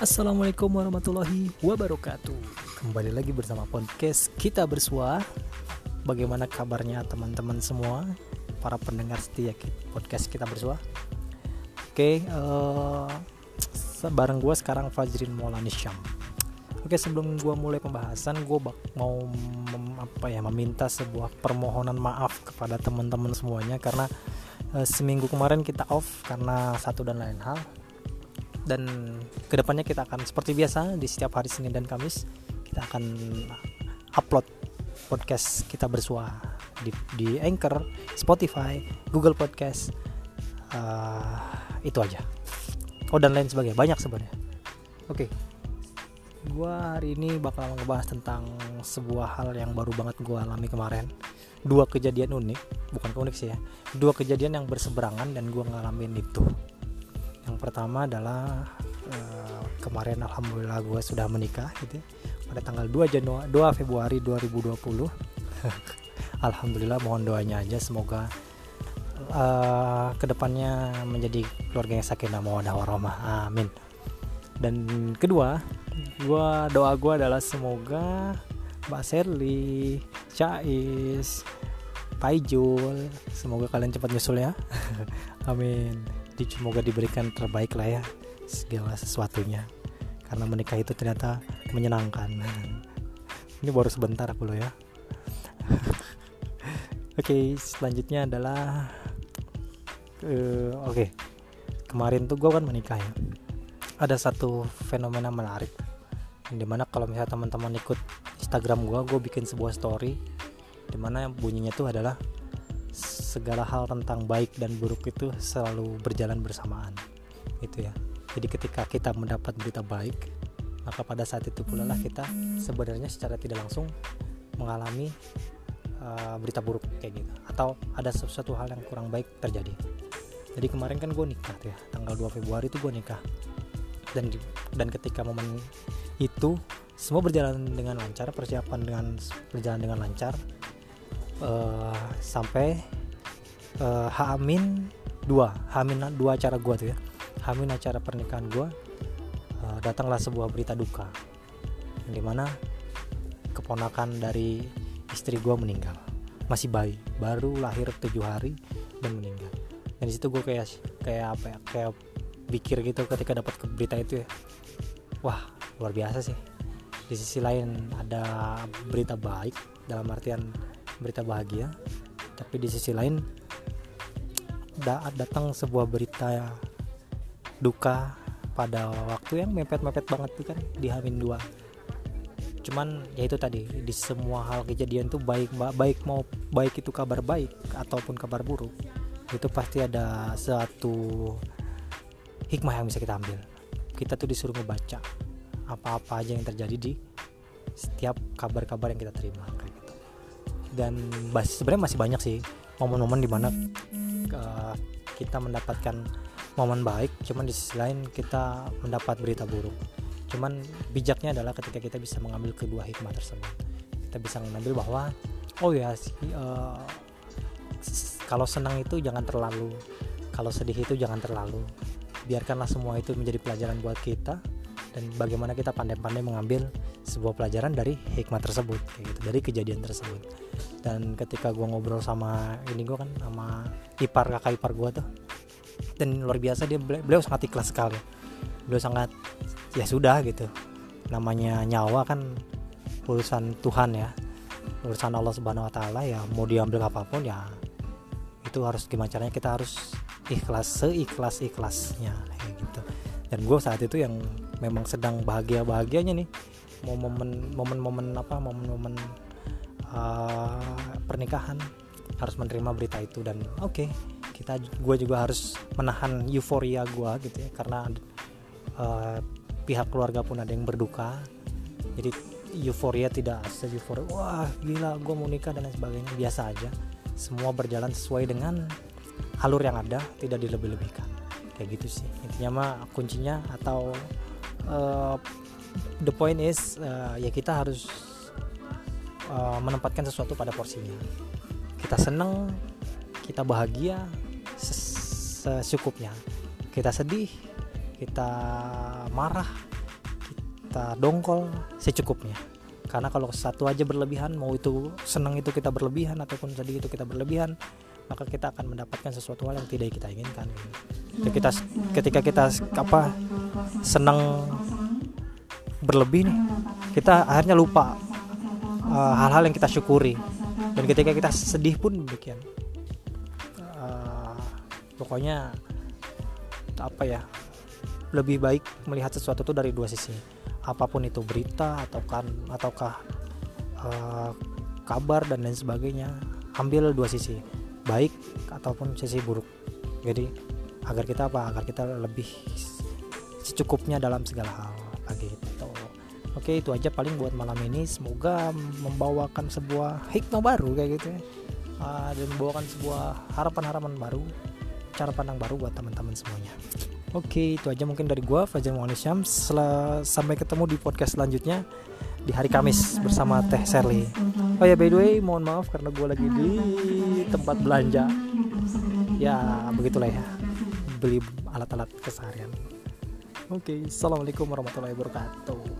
Assalamualaikum warahmatullahi wabarakatuh. Kembali lagi bersama podcast Kita Bersua. Bagaimana kabarnya teman-teman semua, para pendengar setia podcast Kita Bersua? Oke, bareng gue sekarang Fajrin Maulani Syam. Oke, sebelum gue mulai pembahasan, gue mau meminta sebuah permohonan maaf kepada teman-teman semuanya karena seminggu kemarin kita off karena satu dan lain hal. Dan kedepannya kita akan seperti biasa di setiap hari Senin dan Kamis kita akan upload podcast Kita Bersua di Anchor, Spotify, Google Podcast, itu aja. Dan lain sebagainya, banyak sebenarnya. Oke, gua hari ini bakal ngebahas tentang sebuah hal yang baru banget gua alami kemarin. Dua kejadian unik, bukan unik sih ya. Dua kejadian yang berseberangan dan gua ngalamin itu. Yang pertama adalah kemarin alhamdulillah gue sudah menikah gitu ya, pada tanggal 2 Februari 2020. Alhamdulillah, mohon doanya aja semoga kedepannya menjadi keluarga yang sakinah mawaddah warahmah, amin. Dan kedua, doa gue adalah semoga Mbak Sherly, Cais, Paijul, semoga kalian cepat nyusul ya. Amin. Semoga diberikan terbaik lah ya segala sesuatunya, karena menikah itu ternyata menyenangkan. Ini baru sebentar aku loh ya. Oke, selanjutnya adalah kemarin tuh gue kan menikah ya. Ada satu fenomena menarik, dimana kalau misalnya teman-teman ikut Instagram gue bikin sebuah story dimana bunyinya tuh adalah segala hal tentang baik dan buruk itu selalu berjalan bersamaan, gitu ya. Jadi ketika kita mendapat berita baik, maka pada saat itu pula lah kita sebenarnya secara tidak langsung mengalami berita buruk kayak gitu, atau ada sesuatu hal yang kurang baik terjadi. Jadi kemarin kan gue nikah tuh ya, tanggal 2 Februari itu gue nikah, dan ketika momen itu semua berjalan dengan lancar, persiapan berjalan dengan lancar, sampai H-2 acara gue tuh ya, H- acara pernikahan gue, datanglah sebuah berita duka, yang dimana keponakan dari istri gue meninggal, masih bayi, baru lahir 7 hari dan meninggal. Dan disitu gue kayak pikir gitu ketika dapat berita itu ya, wah luar biasa sih. Di sisi lain ada berita baik dalam artian berita bahagia, tapi di sisi lain datang sebuah berita duka pada waktu yang mepet-mepet banget tuh kan, di H-2. Cuman ya itu tadi, di semua hal kejadian tuh baik itu kabar baik ataupun kabar buruk, itu pasti ada satu hikmah yang bisa kita ambil. Kita tuh disuruh ngebaca apa-apa aja yang terjadi di setiap kabar-kabar yang kita terima kayak gitu. Dan sebenarnya masih banyak sih momen-momen dimana kita mendapatkan momen baik, cuman di sisi lain kita mendapat berita buruk. Cuman bijaknya adalah ketika kita bisa mengambil kedua hikmah tersebut, kita bisa mengambil bahwa kalau senang itu jangan terlalu, kalau sedih itu jangan terlalu. Biarkanlah semua itu menjadi pelajaran buat kita, dan bagaimana kita pandai-pandai mengambil sebuah pelajaran dari hikmah tersebut kayak gitu, dari kejadian tersebut. Dan ketika gue ngobrol sama kakak ipar gue tuh, dan luar biasa, beliau sangat ikhlas sekali. Beliau sangat, ya sudah gitu, namanya nyawa kan urusan Tuhan ya, urusan Allah Subhanahu Wa Taala ya, mau diambil apapun ya itu harus gimana caranya, kita harus ikhlas, seikhlas-ikhlasnya kayak gitu. Dan gue saat itu yang memang sedang bahagianya nih, momen pernikahan, harus menerima berita itu. Dan gue juga harus menahan euforia gue gitu ya, karena pihak keluarga pun ada yang berduka. Jadi euforia tidak se-euforia wah gila gue mau nikah dan lain sebagainya, biasa aja. Semua berjalan sesuai dengan alur yang ada, tidak dilebih-lebihkan kayak gitu sih intinya mah. Kuncinya atau the point is ya kita harus menempatkan sesuatu pada porsinya. Kita senang, kita bahagia secukupnya. Kita sedih, kita marah, kita dongkol secukupnya. Karena kalau satu aja berlebihan, mau itu senang itu kita berlebihan ataupun sedih itu kita berlebihan, maka kita akan mendapatkan sesuatu hal yang tidak kita inginkan. Ketika kita senang berlebih nih, kita akhirnya lupa hal-hal yang kita syukuri. Dan ketika kita sedih pun demikian. Pokoknya lebih baik melihat sesuatu itu dari dua sisi. Apapun itu berita ataukah kabar dan lain sebagainya, ambil dua sisi, baik ataupun sisi buruk. Jadi agar kita lebih secukupnya dalam segala hal gitu. Oke, itu aja paling buat malam ini. Semoga membawakan sebuah hikmah baru kayak gitu ya. Dan membawakan sebuah harapan-harapan baru, cara pandang baru buat teman-teman semuanya. Oke, itu aja mungkin dari gua, Fajar Muanisyam. Sampai ketemu di podcast selanjutnya di hari Kamis bersama Teh Sherly. Oh ya, by the way, mohon maaf karena gua lagi di tempat belanja. Ya, begitulah ya. Beli alat-alat keseharian. Oke, assalamualaikum warahmatullahi wabarakatuh.